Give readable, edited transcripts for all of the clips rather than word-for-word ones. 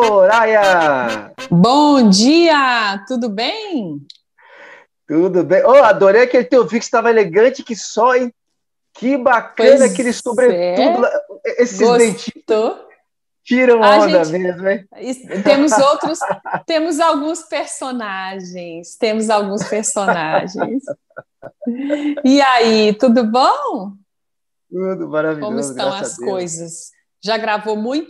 Soraya! Bom dia, tudo bem? Tudo bem? Oh, adorei aquele teu vídeo que estava elegante que só, hein? Que bacana aquele Pois sobretudo. é, Esses dentistas gostou? tiram A onda gente mesmo, hein? temos outros, temos alguns personagens. E aí, tudo bom? Tudo Como maravilhoso, estão graças a as Deus. coisas? Já gravou muito?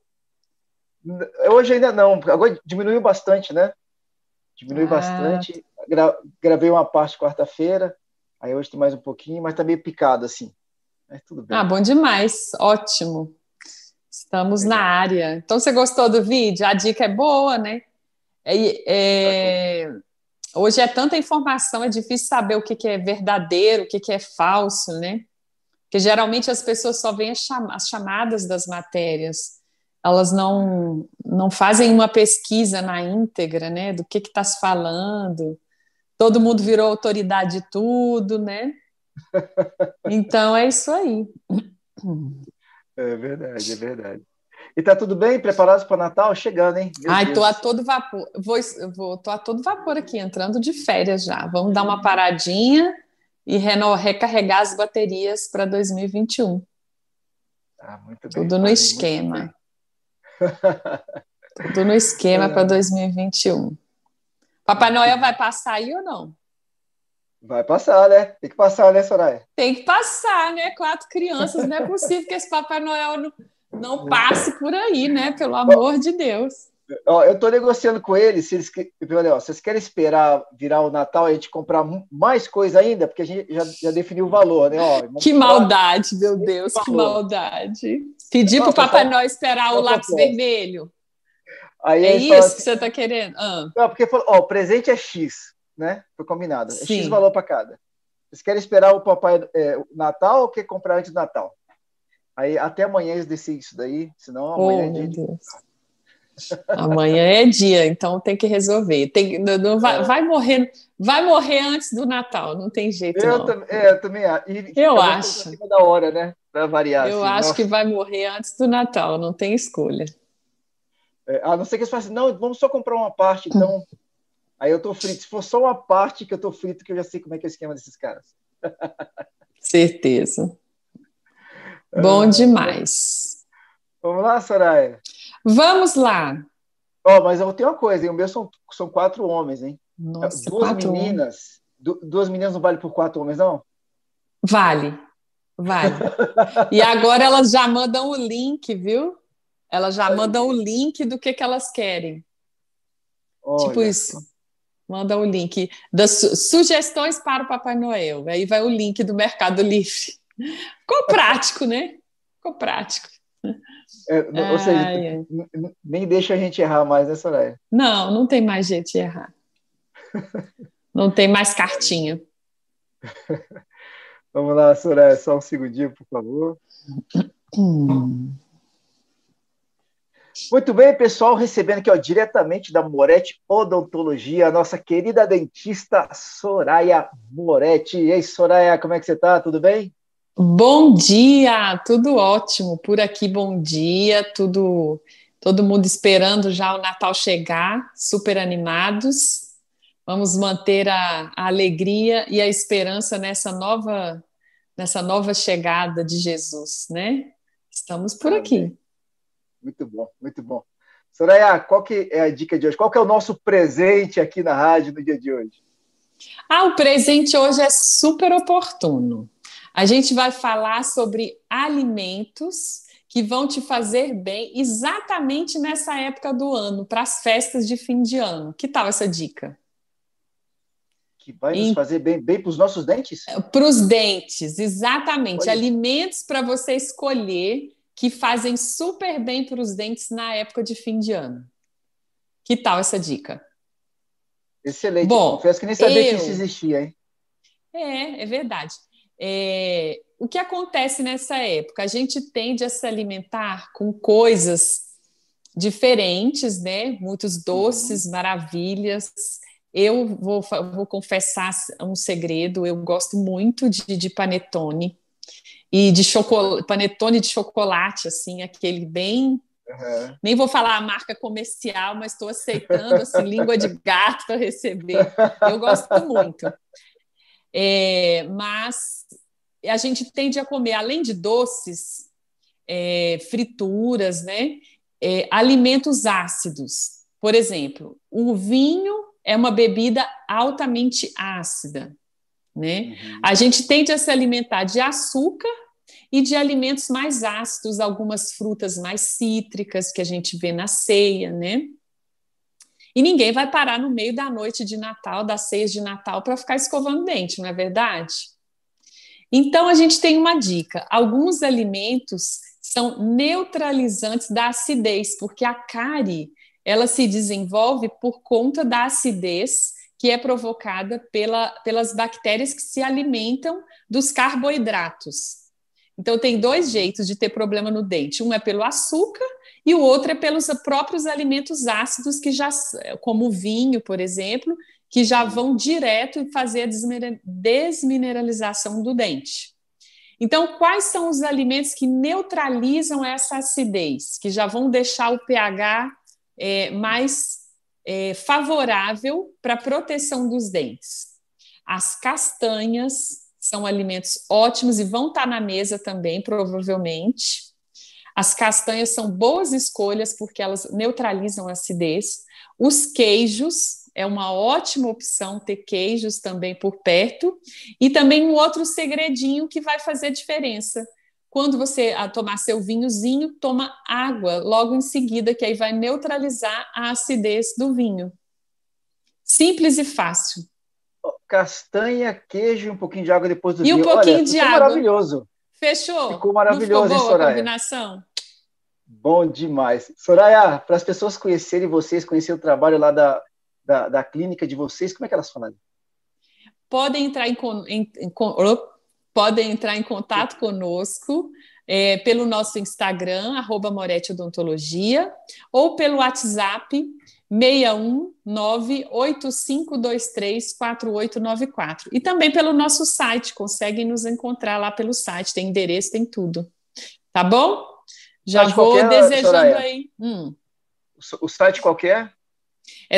Hoje ainda não, agora diminuiu bastante, né? Diminuiu Ah, bastante. Gravei uma parte quarta-feira, aí hoje tem mais um pouquinho, mas tá meio picado assim. Mas tudo bem. bom demais, ótimo. Estamos na Legal. área. Então, você gostou do vídeo? A dica é boa, né? Tá bom. Hoje é tanta informação, é difícil saber o que que é verdadeiro, o que que é falso, né? Porque geralmente as pessoas só veem as chamadas das matérias, elas não fazem uma pesquisa na íntegra, né? Do que está se falando. Todo mundo virou autoridade de tudo, né? Então é isso aí. É verdade, é verdade. E tá tudo bem? Preparados para o Natal? Chegando, hein? Meu Ai, Deus tô do a céu. todo vapor. Tô a todo vapor aqui, entrando de férias já. Vamos dar uma paradinha e recarregar as baterias para 2021. Ah, muito bem, Tudo no fazem muito esquema. bem. Tudo no esquema para 2021. Papai Muito Noel bom. vai passar aí ou não? Vai passar, né? Tem que passar, né, Soraya? Tem que passar, né? Quatro crianças, não é possível que esse Papai Noel não passe por aí, né? Pelo Ó, amor de Deus. ó, eu tô negociando com eles, se eles, olha, ó, vocês querem esperar virar o Natal e a gente comprar mais coisa ainda, porque a gente já definiu o valor, né? Ó, vamos Que comprar maldade, meu esse Deus, que valor. maldade. Pedir Ó, para o o Papai pessoal Noel esperar tem o uma lápis proposta. vermelho. Aí É eles falaram isso que assim, você está querendo? Ah, não, porque falou, ó, o presente é X, né? Foi combinado. É X sim. valor para cada. Vocês querem esperar o papai o Natal ou quer comprar antes do Natal? Aí até amanhã eles decidem isso daí, senão amanhã Oh, é meu dia de. Deus. Amanhã é dia, então tem que resolver. Não vai morrer antes do Natal, não tem jeito, não. Eu também acho. E Eu acabou ficando para acho. cima da hora, né? Para variar, Eu assim. acho que Nossa. vai morrer antes do Natal, não tem escolha. A não ser que eles façam assim, não, vamos só comprar uma parte, então. Aí eu tô frito. Se for só uma parte que eu tô frito, que eu já sei como é que é o esquema desses caras. Certeza. Bom Ah, demais. vamos lá, Soraya. Vamos lá. Ó, mas eu tenho uma coisa, hein? O meu são quatro homens, hein? Nossa, Duas 4 homens. meninas. Duas meninas não vale por quatro homens, não? Vale, vale. E agora elas já mandam o link, viu? Elas já mandam o link do que elas querem. Tipo Olha isso. só. Manda o link das sugestões para o Papai Noel. Aí vai o link do Mercado Livre. Ficou prático, né? Ficou prático. Ou seja, Ai, ai. nem deixa a gente errar mais, né, Soraya? Não, não tem mais jeito de errar. Não tem mais cartinha. Vamos lá, Soraya, só um segundinho, por favor. Hum. Muito bem, pessoal, recebendo aqui ó, diretamente da Moretti Odontologia, a nossa querida dentista Soraya Moretti. E aí, Soraya, como é que você está? Tudo bem? Bom dia, tudo ótimo por aqui. Bom dia, todo mundo esperando já o Natal chegar, super animados. Vamos manter a alegria e a esperança nessa nova chegada de Jesus, né? Estamos por Amém. aqui. Muito bom, muito bom. Soraya, qual que é a dica de hoje? Qual que é o nosso presente aqui na rádio no dia de hoje? O presente hoje é super oportuno. A gente vai falar sobre alimentos que vão te fazer bem exatamente nessa época do ano, para as festas de fim de ano. Que tal essa dica? Que vai nos fazer bem para os nossos dentes? Para os dentes, exatamente. Olha, Alimentos para você escolher que fazem super bem para os dentes na época de fim de ano. Que tal essa dica? excelente. Bom, Confesso que nem sabia que isso existia, hein? é verdade. O que acontece nessa época? A gente tende a se alimentar com coisas diferentes, né? Muitos Uhum. doces, maravilhas. Eu vou confessar um segredo. Eu gosto muito de panetone e de chocolate, panetone de chocolate, assim, aquele bem Uhum. Nem vou falar a marca comercial, mas estou aceitando assim, língua de gato para receber. Eu gosto muito. Mas a gente tende a comer, além de doces, frituras, né? Alimentos ácidos. Por exemplo, o vinho é uma bebida altamente ácida, né? Uhum. A gente tende a se alimentar de açúcar e de alimentos mais ácidos, algumas frutas mais cítricas que a gente vê na ceia, né? E ninguém vai parar no meio da noite de Natal, das ceias de Natal, para ficar escovando dente, não é verdade? Então, a gente tem uma dica: alguns alimentos são neutralizantes da acidez, porque a cárie ela se desenvolve por conta da acidez que é provocada pelas bactérias que se alimentam dos carboidratos. Então, tem dois jeitos de ter problema no dente: um é pelo açúcar e o outro é pelos próprios alimentos ácidos, que já, como o vinho, por exemplo, que já vão direto e fazer a desmineralização do dente. Então, quais são os alimentos que neutralizam essa acidez, que já vão deixar o pH mais favorável para a proteção dos dentes? As castanhas são alimentos ótimos e vão estar na mesa também, provavelmente. As castanhas são boas escolhas porque elas neutralizam a acidez. Os queijos, é uma ótima opção ter queijos também por perto. E também um outro segredinho que vai fazer diferença: quando você tomar seu vinhozinho, toma água logo em seguida, que aí vai neutralizar a acidez do vinho. Simples e fácil. Castanha, queijo e um pouquinho de água depois do E um vinho. pouquinho Olha, de ficou água. maravilhoso. Fechou? Ficou Não ficou maravilhoso, hein, boa a Soraya? combinação? Bom demais. Soraya, para as pessoas conhecerem vocês, conhecer o trabalho lá da clínica de vocês, como é que elas fazem? Podem entrar em contato conosco pelo nosso Instagram, @morettiodontologia, ou pelo WhatsApp 61985234894. E também pelo nosso site, conseguem nos encontrar lá pelo site, tem endereço, tem tudo. Tá bom? Já Site vou qualquer, desejando Soraya? aí. O site qualquer? É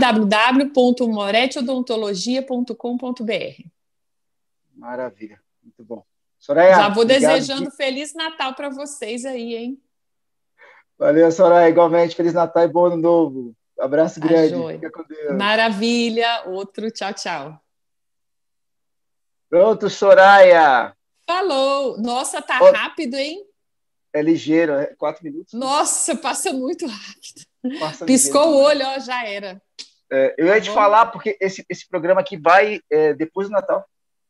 www.morettiodontologia.com.br. Maravilha, muito bom. Já Soraya, vou obrigado. desejando Feliz Natal para vocês aí, hein? Valeu, Soraya, igualmente. Feliz Natal e bom ano novo. Abraço Tá grande. joia. Fica com Deus. Maravilha. Outro tchau, tchau. Pronto, Soraya. Falou. Nossa, tá Ó, rápido, hein? é ligeiro, 4 minutos. Nossa, passa muito rápido. Passa ligeiro Piscou o demais. olho, ó, já era. Eu ia te falar, porque esse programa aqui vai depois do Natal.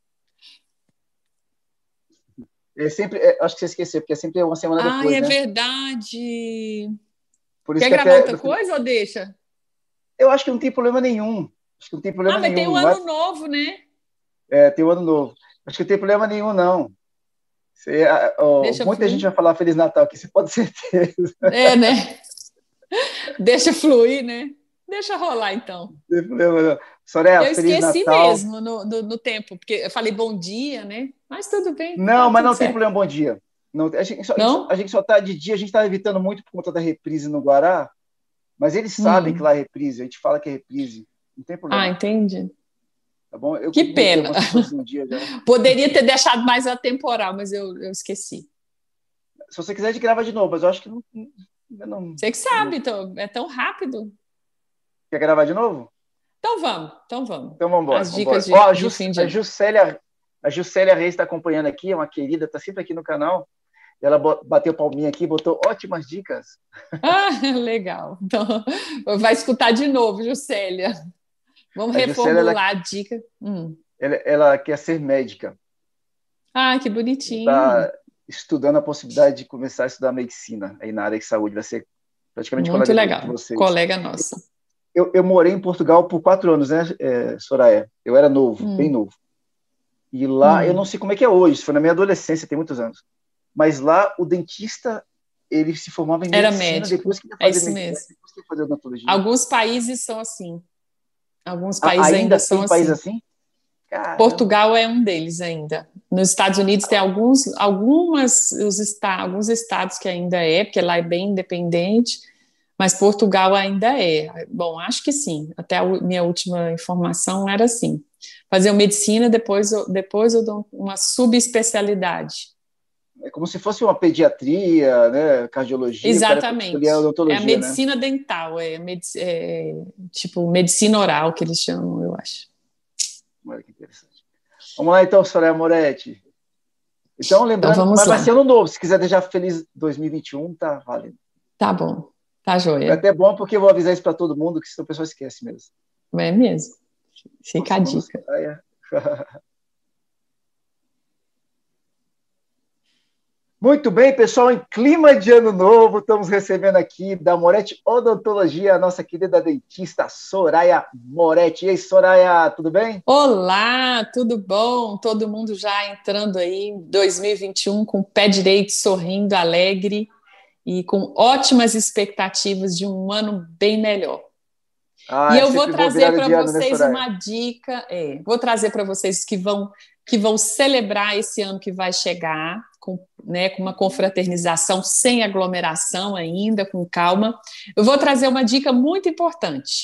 Acho que você esqueceu, porque é sempre uma semana depois, Ai, é né? verdade. Por isso Quer que gravar até outra coisa ou deixa? eu acho que não tem problema nenhum. Acho que não tem problema Mas tem o nenhum. ano novo, né? Tem o ano novo. Acho que não tem problema nenhum, não. Deixa Muita gente fluir. vai falar Feliz Natal aqui, você pode ter certeza. Né? Deixa fluir, né? Deixa rolar, então. Não tem problema, não. Soraya, Eu Feliz esqueci Natal. mesmo no tempo, porque eu falei bom dia, né? Mas tudo bem, Não, tá mas tudo não tem certo. problema, bom dia. Não, a Não? gente só tá de dia, a gente está evitando muito por conta da reprise no Guará, mas eles sabem que Hum. lá é reprise, a gente fala que é reprise. Não tem Ah, problema. entendi. Tá bom? Eu Que cumprimentei pena. algumas pessoas no dia já. Poderia ter deixado mais atemporal, mas eu esqueci. Se você quiser, a gente grava de novo, mas eu acho que não. Você que sabe, então, é tão rápido. Quer gravar de novo? Então vamos, então vamos. Então vamos embora. As dicas Ó, de fim de a ano. Juscelia Reis está acompanhando aqui, é uma querida, está sempre aqui no canal. Ela bateu palminha aqui, botou ótimas dicas. Ah, legal. Então, vai escutar de novo, Juscelia. Vamos A Juscelia, reformular a dica. ela quer ser médica. Ah, que bonitinho. Está estudando a possibilidade de começar a estudar medicina aí na área de saúde. Vai ser praticamente Muito colega de legal. vocês. Colega nossa. Eu morei em Portugal por 4 anos, né, Soraya? Eu era novo, bem novo. E lá, eu não sei como é que é hoje, isso foi na minha adolescência, tem muitos anos. Mas lá, o dentista, ele se formava em Era medicina médico. depois que ia É fazer isso medicina, mesmo. depois que ia fazer odontologia. Alguns países são assim. Alguns países Ainda ainda são tem país assim. assim? Caramba. Portugal é um deles ainda. Nos Estados Unidos tem alguns estados que ainda porque lá é bem independente, mas Portugal ainda é. Bom, acho que sim. Até a minha última informação era assim. Fazer medicina, depois eu dou uma subespecialidade. É como se fosse uma pediatria, né? Cardiologia, o cara Exatamente. escolher a É a odontologia, né? medicina dental, tipo medicina oral que eles chamam, eu acho. Olha que interessante. Vamos lá então, Soraya Moretti. Então, Então lembrando, vamos mas vai lá. ser ano novo. Se quiser deixar feliz 2021, tá valendo. Tá bom, tá É joia. até bom porque eu vou avisar isso para todo mundo, que senão o pessoal esquece mesmo. É mesmo. Fica a Nossa, dica. Soraya. Muito bem, pessoal, em clima de ano novo, estamos recebendo aqui da Moretti Odontologia a nossa querida dentista Soraya Moretti. E aí, Soraya, tudo bem? Olá, tudo bom? Todo mundo já entrando aí em 2021 com o pé direito, sorrindo, alegre e com ótimas expectativas de um ano bem melhor. Ah, E é eu vou sempre boa trazer virada para de ano, né, vocês Soraya? uma dica, vou trazer para vocês que vão celebrar esse ano que vai chegar, com uma confraternização sem aglomeração ainda, com calma. Eu vou trazer uma dica muito importante.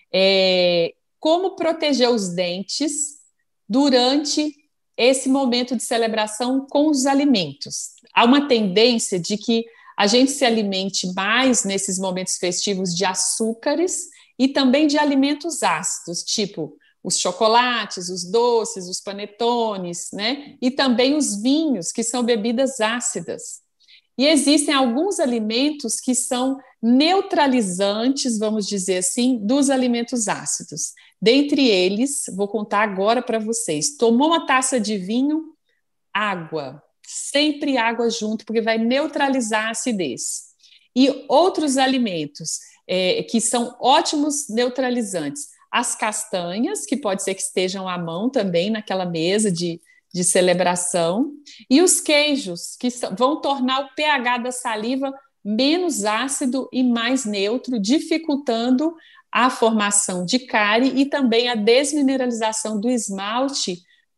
Como proteger os dentes durante esse momento de celebração com os alimentos. Há uma tendência de que a gente se alimente mais nesses momentos festivos de açúcares e também de alimentos ácidos, tipo os chocolates, os doces, os panetones, né? E também os vinhos, que são bebidas ácidas. E existem alguns alimentos que são neutralizantes, vamos dizer assim, dos alimentos ácidos. Dentre eles, vou contar agora para vocês: tomou uma taça de vinho, água. Sempre água junto, porque vai neutralizar a acidez. E outros alimentos que são ótimos neutralizantes. As castanhas, que pode ser que estejam à mão também naquela mesa de celebração, e os queijos, que vão tornar o pH da saliva menos ácido e mais neutro, dificultando a formação de cárie e também a desmineralização do esmalte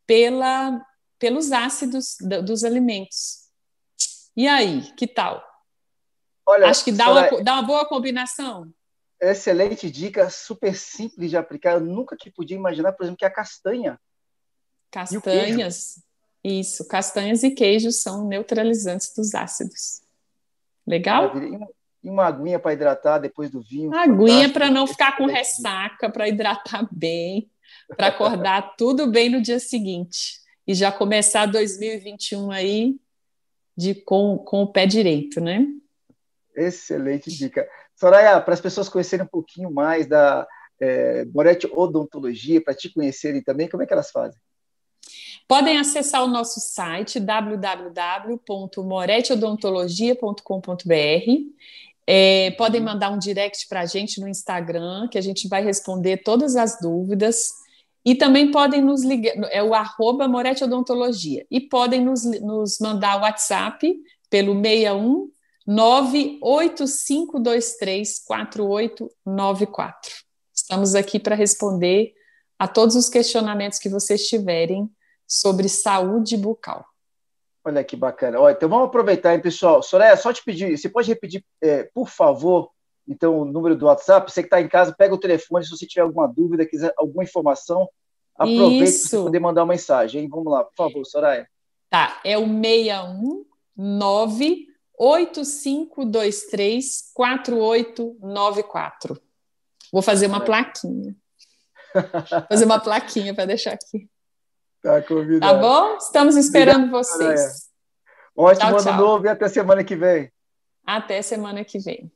pelos ácidos dos alimentos. E aí, que tal? Olha, Acho que Soraya, dá uma boa combinação. excelente dica, super simples de aplicar. Eu nunca que podia imaginar, por exemplo, que a castanha e o queijo. Castanhas, isso, castanhas e queijos são neutralizantes dos ácidos. Legal? Maravilha. E uma aguinha para hidratar depois do vinho, Aguinha para fantástico. não ficar com Excelente dica. ressaca, para hidratar bem, para acordar tudo bem no dia seguinte. E já começar 2021 aí com o pé direito, né? Excelente dica. Soraya, para as pessoas conhecerem um pouquinho mais da Moretti Odontologia, para te conhecerem também, como é que elas fazem? Podem acessar o nosso site www.morettiodontologia.com.br. Podem mandar um direct para a gente no Instagram, que a gente vai responder todas as dúvidas. E também podem nos ligar, é o @Moretti Odontologia. E podem nos mandar o WhatsApp pelo 61 985234894. Estamos aqui para responder a todos os questionamentos que vocês tiverem sobre saúde bucal. Olha que bacana. Olha, então vamos aproveitar, hein, pessoal. Soraya, só te pedir, você pode repetir, por favor, então, o número do WhatsApp? Você que está em casa, pega o telefone, se você tiver alguma dúvida, quiser alguma informação, aproveite para você poder Isso, mandar uma mensagem, hein? Vamos lá, por favor, Soraya. tá. É o 61985234894. Vou fazer uma plaquinha. Fazer uma plaquinha para deixar aqui. Tá Tá convidado. bom? Estamos Obrigado, esperando Soraya. vocês. Ótimo Tchau, ano tchau. novo e até semana que vem. Até semana que vem.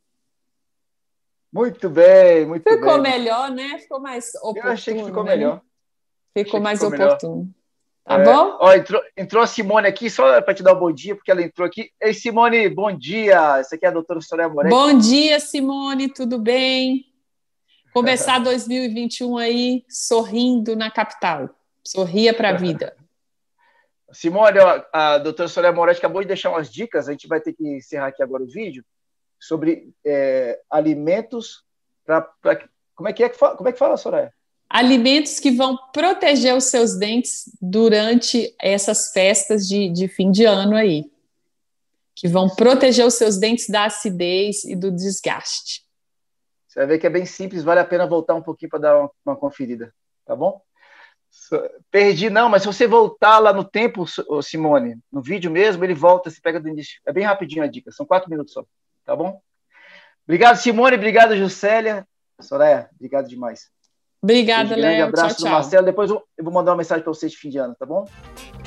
Muito bem, muito Ficou bem. melhor, né? Ficou mais Eu achei que oportuno, ficou né? melhor. Ficou Achei que mais ficou melhor. oportuno. Tá bom? Ó, entrou a Simone aqui, só para te dar um bom dia, porque ela entrou aqui. Ei, Simone, bom dia. Essa aqui é a doutora Soraya Moretti. Bom dia, Simone, tudo bem? Começar 2021 aí sorrindo na capital. Sorria para a vida. Simone, ó, a doutora Soraya Moretti acabou de deixar umas dicas, a gente vai ter que encerrar aqui agora o vídeo, sobre alimentos para... Como é que fala, Soraya? Alimentos que vão proteger os seus dentes durante essas festas de fim de ano aí. Que vão proteger os seus dentes da acidez e do desgaste. Você vai ver que é bem simples, vale a pena voltar um pouquinho para dar uma conferida, tá bom? Perdi, não, mas se você voltar lá no tempo, Simone, no vídeo mesmo, ele volta, se pega do início. É bem rapidinho a dica, são 4 minutos só, tá bom? Obrigado, Simone, obrigado, Juscelia. Soraya, obrigado demais. Obrigada, Léo. Grande abraço abraço do Marcelo. Depois eu vou mandar uma mensagem para vocês de fim de ano, tá bom?